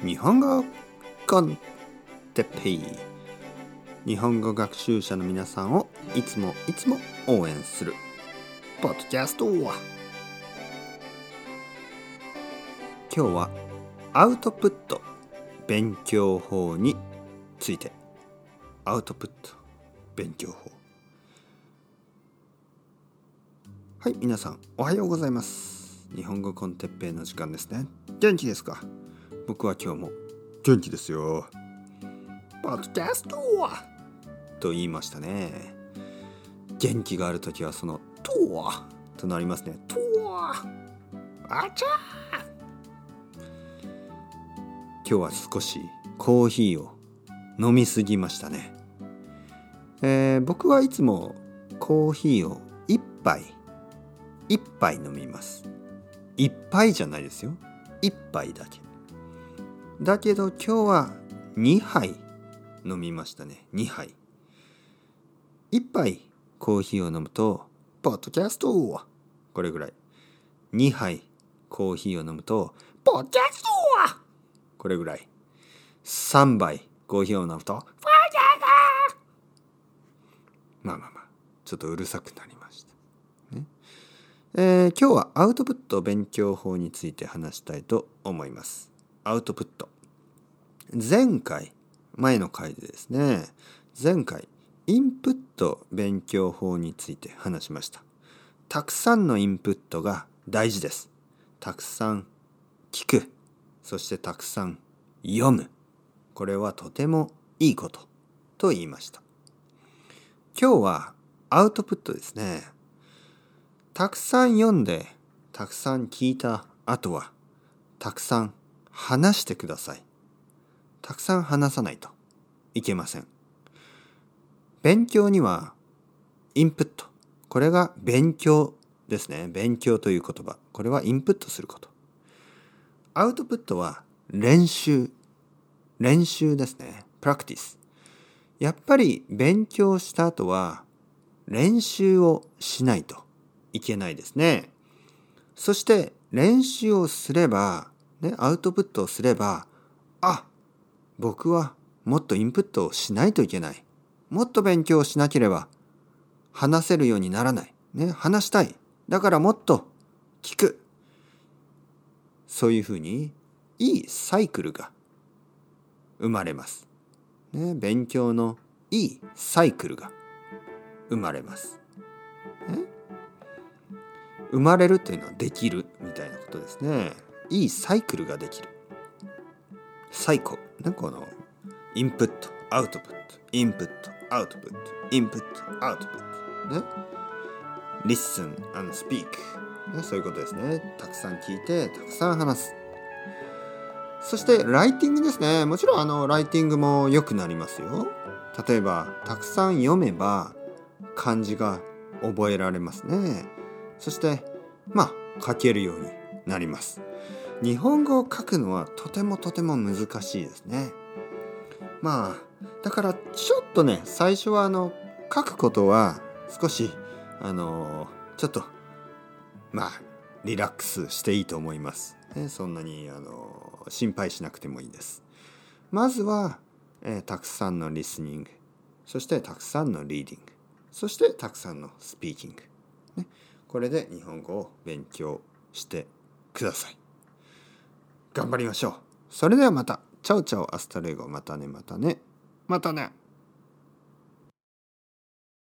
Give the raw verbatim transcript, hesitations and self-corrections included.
日本語コンテッペイ。日本語学習者の皆さんをいつもいつも応援するポッドキャストは、今日はアウトプット勉強法について。アウトプット勉強法。はい、皆さんおはようございます。日本語コンテッペイの時間ですね。元気ですか？僕は今日も元気ですよ。ポッドキャストはと言いましたね。元気があるときはそのとはとなりますね。とはあちゃー。今日は少しコーヒーを飲みすぎましたね。えー、僕はいつもコーヒーを一杯一杯飲みます。一杯じゃないですよ。一杯だけ。だけど今日はにはい飲みましたね。にはい。一杯コーヒーを飲むとポッドキャストはこれぐらい。にはいコーヒーを飲むとポッドキャストはこれぐらい。さんばいコーヒーを飲むとファージャーだ。まあまあまあちょっとうるさくなりました、ねえー、今日はアウトプット勉強法について話したいと思います。アウトプット。前回前の回でですね、前回インプット勉強法について話しました。たくさんのインプットが大事です。たくさん聞く、そしてたくさん読む。これはとてもいいことと言いました。今日はアウトプットですね。たくさん読んでたくさん聞いた後はたくさん話してください。たくさん話さないといけません。勉強にはインプット。これが勉強ですね。勉強という言葉。これはインプットすること。アウトプットは練習。練習ですね。プラクティス。やっぱり勉強した後は練習をしないといけないですね。そして練習をすれば、ね、アウトプットをすれば、あ、僕はもっとインプットをしないといけない。もっと勉強をしなければ話せるようにならない。ね、話したい。だからもっと聞く。そういうふうにいいサイクルが生まれます。ね、勉強のいいサイクルが生まれます。ね、生まれるというのはできるみたいなことですね。いいサイクルができる。サイコ、ね、このインプット、アウトプット、インプット、アウトプット、インプット、アウトプット、ね、listen and speak、ね、そういうことですね。たくさん聞いて、たくさん話す。そしてライティングですね。もちろんあのライティングも良くなりますよ。例えばたくさん読めば漢字が覚えられますね。そしてまあ書けるようになります。日本語を書くのはとてもとても難しいですね。まあだからちょっとね、最初はあの書くことは少しあのちょっとまあリラックスしていいと思います。ね、そんなにあの心配しなくてもいいです。まずは、えー、たくさんのリスニング、そしてたくさんのリーディング、そしてたくさんのスピーキング、ね、これで日本語を勉強してください。頑張りましょう。それではまた。チャオチャオアスタレゴ。またねまたねまたね。